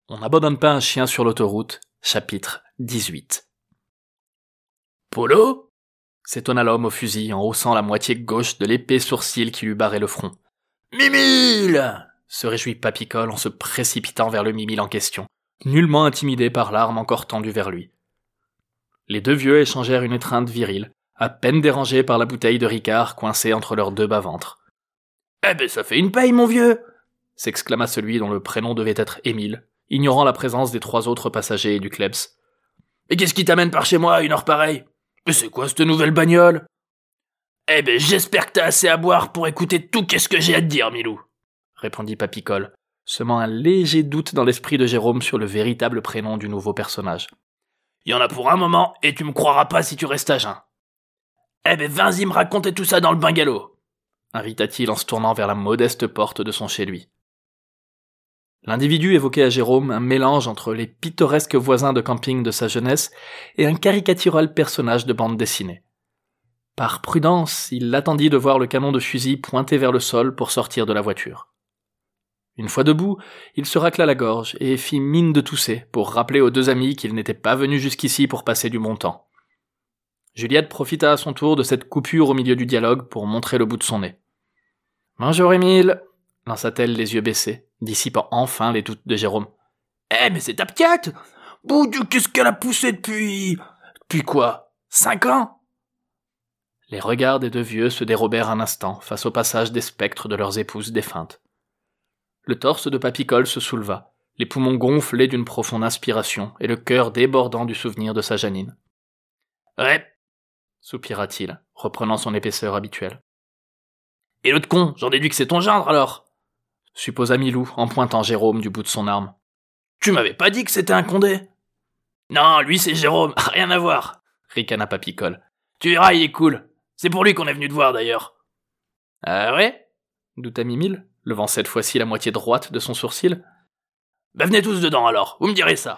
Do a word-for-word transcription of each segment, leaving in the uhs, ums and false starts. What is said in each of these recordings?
On n'abandonne pas un chien sur l'autoroute, chapitre dix-huit. Polo ? S'étonna l'homme au fusil en haussant la moitié gauche de l'épais sourcil qui lui barrait le front. Mimile ! Se réjouit Papicole en se précipitant vers le Mimile en question, nullement intimidé par l'arme encore tendue vers lui. Les deux vieux échangèrent une étreinte virile, à peine dérangée par la bouteille de Ricard coincée entre leurs deux bas-ventres. « Eh ben ça fait une paye, mon vieux !» s'exclama celui dont le prénom devait être Émile, ignorant la présence des trois autres passagers et du Klebs. « Et qu'est-ce qui t'amène par chez moi à une heure pareille ? Mais c'est quoi cette nouvelle bagnole ? » « Eh ben j'espère que t'as assez à boire pour écouter tout qu'est-ce que j'ai à te dire, Milou !» répondit Papicole, semant un léger doute dans l'esprit de Jérôme sur le véritable prénom du nouveau personnage. « Y en a pour un moment, et tu me croiras pas si tu restes à jeun. »« Eh ben viens-y me raconter tout ça dans le bungalow !» invita-t-il en se tournant vers la modeste porte de son chez-lui. L'individu évoquait à Jérôme un mélange entre les pittoresques voisins de camping de sa jeunesse et un caricatural personnage de bande dessinée. Par prudence, il attendit de voir le canon de fusil pointé vers le sol pour sortir de la voiture. Une fois debout, il se racla la gorge et fit mine de tousser pour rappeler aux deux amis qu'il n'était pas venu jusqu'ici pour passer du bon temps. Juliette profita à son tour de cette coupure au milieu du dialogue pour montrer le bout de son nez. « Bonjour Émile !» lança-t-elle les yeux baissés, dissipant enfin les doutes de Jérôme. « Eh, mais c'est ta p'tiate ! Bon Dieu, qu'est-ce qu'elle a poussé depuis... Depuis quoi ? Cinq ans ?» Les regards des deux vieux se dérobèrent un instant face au passage des spectres de leurs épouses défuntes. Le torse de Papicole se souleva, les poumons gonflés d'une profonde inspiration et le cœur débordant du souvenir de sa Janine. « Ouais !» soupira-t-il, reprenant son épaisseur habituelle. « Et l'autre con, j'en déduis que c'est ton gendre, alors ?» supposa Milou, en pointant Jérôme du bout de son arme. « Tu m'avais pas dit que c'était un Condé ?»« Non, lui c'est Jérôme, rien à voir !» ricana Papicole. « Tu verras, il est cool. C'est pour lui qu'on est venu te voir, d'ailleurs. »« Ah ouais ?» douta Mimile, levant cette fois-ci la moitié droite de son sourcil. « Bah venez tous dedans, alors, vous me direz ça !»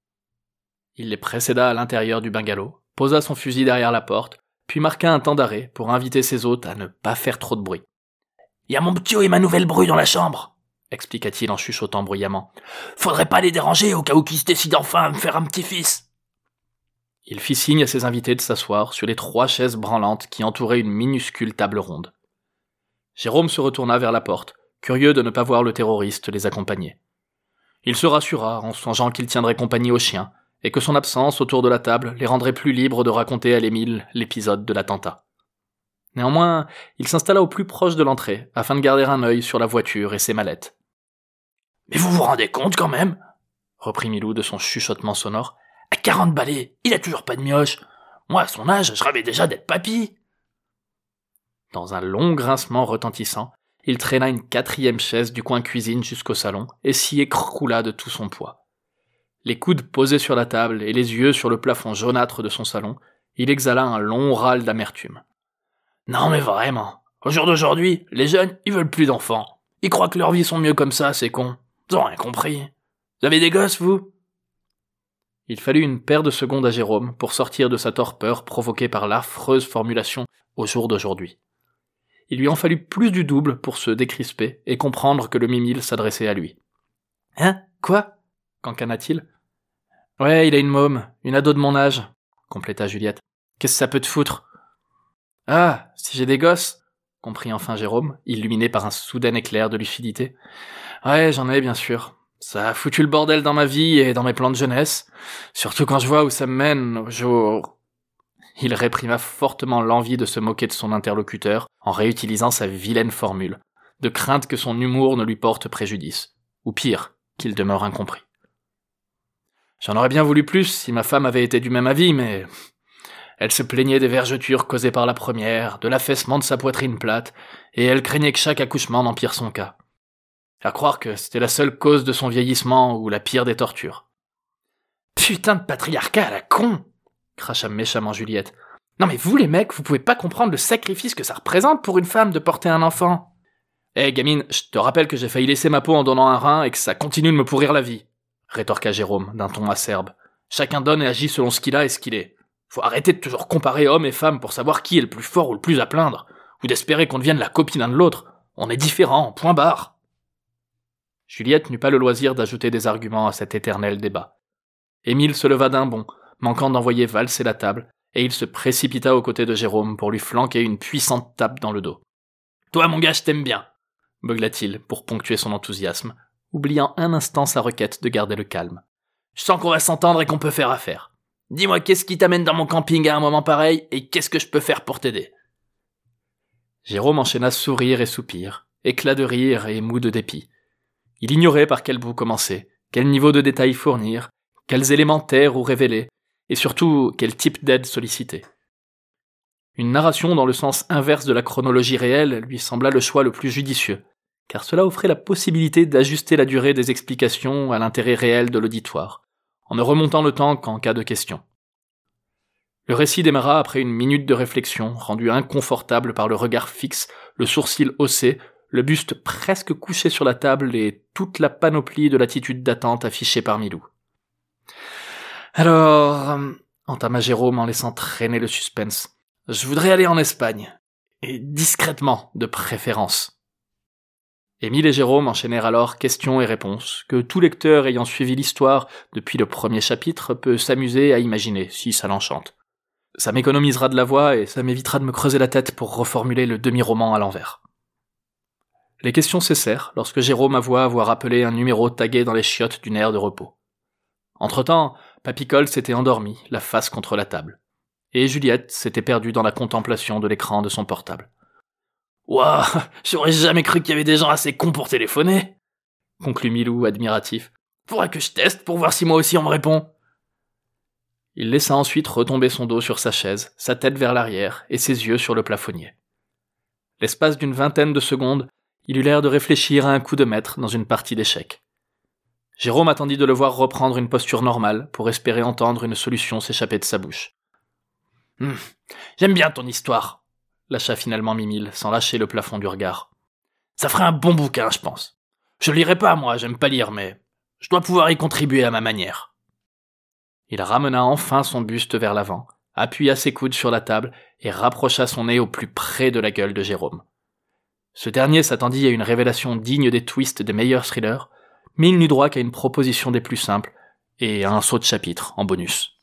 Il les précéda à l'intérieur du bungalow, posa son fusil derrière la porte, puis marqua un temps d'arrêt pour inviter ses hôtes à ne pas faire trop de bruit. « Y a mon p'tio et ma nouvelle bru dans la chambre !» expliqua-t-il en chuchotant bruyamment. « Faudrait pas les déranger au cas où qu'ils se décident enfin à me faire un petit-fils !» Il fit signe à ses invités de s'asseoir sur les trois chaises branlantes qui entouraient une minuscule table ronde. Jérôme se retourna vers la porte, curieux de ne pas voir le terroriste les accompagner. Il se rassura en songeant qu'il tiendrait compagnie aux chiens, et que son absence autour de la table les rendrait plus libres de raconter à l'Émile l'épisode de l'attentat. Néanmoins, il s'installa au plus proche de l'entrée, afin de garder un œil sur la voiture et ses mallettes. « Mais vous vous rendez compte quand même ?» reprit Milou de son chuchotement sonore. « À quarante balais, il a toujours pas de mioche. Moi, à son âge, je rêvais déjà d'être papy. » Dans un long grincement retentissant, il traîna une quatrième chaise du coin cuisine jusqu'au salon et s'y écroula de tout son poids. Les coudes posés sur la table et les yeux sur le plafond jaunâtre de son salon, il exhala un long râle d'amertume. « Non mais vraiment, au jour d'aujourd'hui, les jeunes, ils veulent plus d'enfants. Ils croient que leurs vies sont mieux comme ça, c'est con. Ils ont rien compris. Vous avez des gosses, vous ?» Il fallut une paire de secondes à Jérôme pour sortir de sa torpeur provoquée par l'affreuse formulation « au jour d'aujourd'hui ». Il lui en fallut plus du double pour se décrisper et comprendre que le Mimile s'adressait à lui. « Hein ? Quoi ?» cancana-t-il. « Ouais, il a une môme, une ado de mon âge, » compléta Juliette. « Qu'est-ce que ça peut te foutre ?»« Ah, si j'ai des gosses ?» comprit enfin Jérôme, illuminé par un soudain éclair de lucidité. « Ouais, j'en ai bien sûr. Ça a foutu le bordel dans ma vie et dans mes plans de jeunesse, surtout quand je vois où ça me mène au jour... » Il réprima fortement l'envie de se moquer de son interlocuteur en réutilisant sa vilaine formule, de crainte que son humour ne lui porte préjudice, ou pire, qu'il demeure incompris. J'en aurais bien voulu plus si ma femme avait été du même avis, mais... Elle se plaignait des vergetures causées par la première, de l'affaissement de sa poitrine plate, et elle craignait que chaque accouchement n'empire son cas. À croire que c'était la seule cause de son vieillissement ou la pire des tortures. « Putain de patriarcat à la con !» cracha méchamment Juliette. « Non mais vous les mecs, vous pouvez pas comprendre le sacrifice que ça représente pour une femme de porter un enfant. Eh hey, gamine, je te rappelle que j'ai failli laisser ma peau en donnant un rein et que ça continue de me pourrir la vie, » rétorqua Jérôme d'un ton acerbe. « Chacun donne et agit selon ce qu'il a et ce qu'il est. Faut arrêter de toujours comparer hommes et femmes pour savoir qui est le plus fort ou le plus à plaindre, ou d'espérer qu'on devienne la copine l'un de l'autre. On est différents, point barre. » Juliette n'eut pas le loisir d'ajouter des arguments à cet éternel débat. Émile se leva d'un bond, manquant d'envoyer valser la table, et il se précipita aux côtés de Jérôme pour lui flanquer une puissante tape dans le dos. « Toi, mon gars, je t'aime bien !» beugla-t-il pour ponctuer son enthousiasme, oubliant un instant sa requête de garder le calme. « Je sens qu'on va s'entendre et qu'on peut faire affaire. Dis-moi, qu'est-ce qui t'amène dans mon camping à un moment pareil, et qu'est-ce que je peux faire pour t'aider ?» Jérôme enchaîna sourire et soupir, éclat de rire et mou de dépit. Il ignorait par quel bout commencer, quel niveau de détail fournir, quels éléments taire ou révéler, et surtout quel type d'aide solliciter. Une narration dans le sens inverse de la chronologie réelle lui sembla le choix le plus judicieux, car cela offrait la possibilité d'ajuster la durée des explications à l'intérêt réel de l'auditoire, en ne remontant le temps qu'en cas de question. Le récit démarra après une minute de réflexion, rendue inconfortable par le regard fixe, le sourcil haussé, le buste presque couché sur la table et toute la panoplie de l'attitude d'attente affichée par Milou. « Alors, euh, entama Jérôme en laissant traîner le suspense, je voudrais aller en Espagne, et discrètement, de préférence. » Émile et Jérôme enchaînèrent alors questions et réponses, que tout lecteur ayant suivi l'histoire depuis le premier chapitre peut s'amuser à imaginer, si ça l'enchante. Ça m'économisera de la voix et ça m'évitera de me creuser la tête pour reformuler le demi-roman à l'envers. Les questions cessèrent lorsque Jérôme avoua avoir appelé un numéro tagué dans les chiottes d'une aire de repos. Entre-temps, Papicole s'était endormi, la face contre la table, et Juliette s'était perdue dans la contemplation de l'écran de son portable. « Ouah, j'aurais jamais cru qu'il y avait des gens assez cons pour téléphoner !» conclut Milou, admiratif. « Faudrait que je teste pour voir si moi aussi on me répond !» Il laissa ensuite retomber son dos sur sa chaise, sa tête vers l'arrière et ses yeux sur le plafonnier. L'espace d'une vingtaine de secondes, il eut l'air de réfléchir à un coup de maître dans une partie d'échecs. Jérôme attendit de le voir reprendre une posture normale pour espérer entendre une solution s'échapper de sa bouche. Hum, « J'aime bien ton histoire !» lâcha finalement Mimile, sans lâcher le plafond du regard. « Ça ferait un bon bouquin, je pense. Je le lirai pas, moi, j'aime pas lire, mais je dois pouvoir y contribuer à ma manière. » Il ramena enfin son buste vers l'avant, appuya ses coudes sur la table et rapprocha son nez au plus près de la gueule de Jérôme. Ce dernier s'attendit à une révélation digne des twists des meilleurs thrillers, mais il n'eut droit qu'à une proposition des plus simples et à un saut de chapitre en bonus.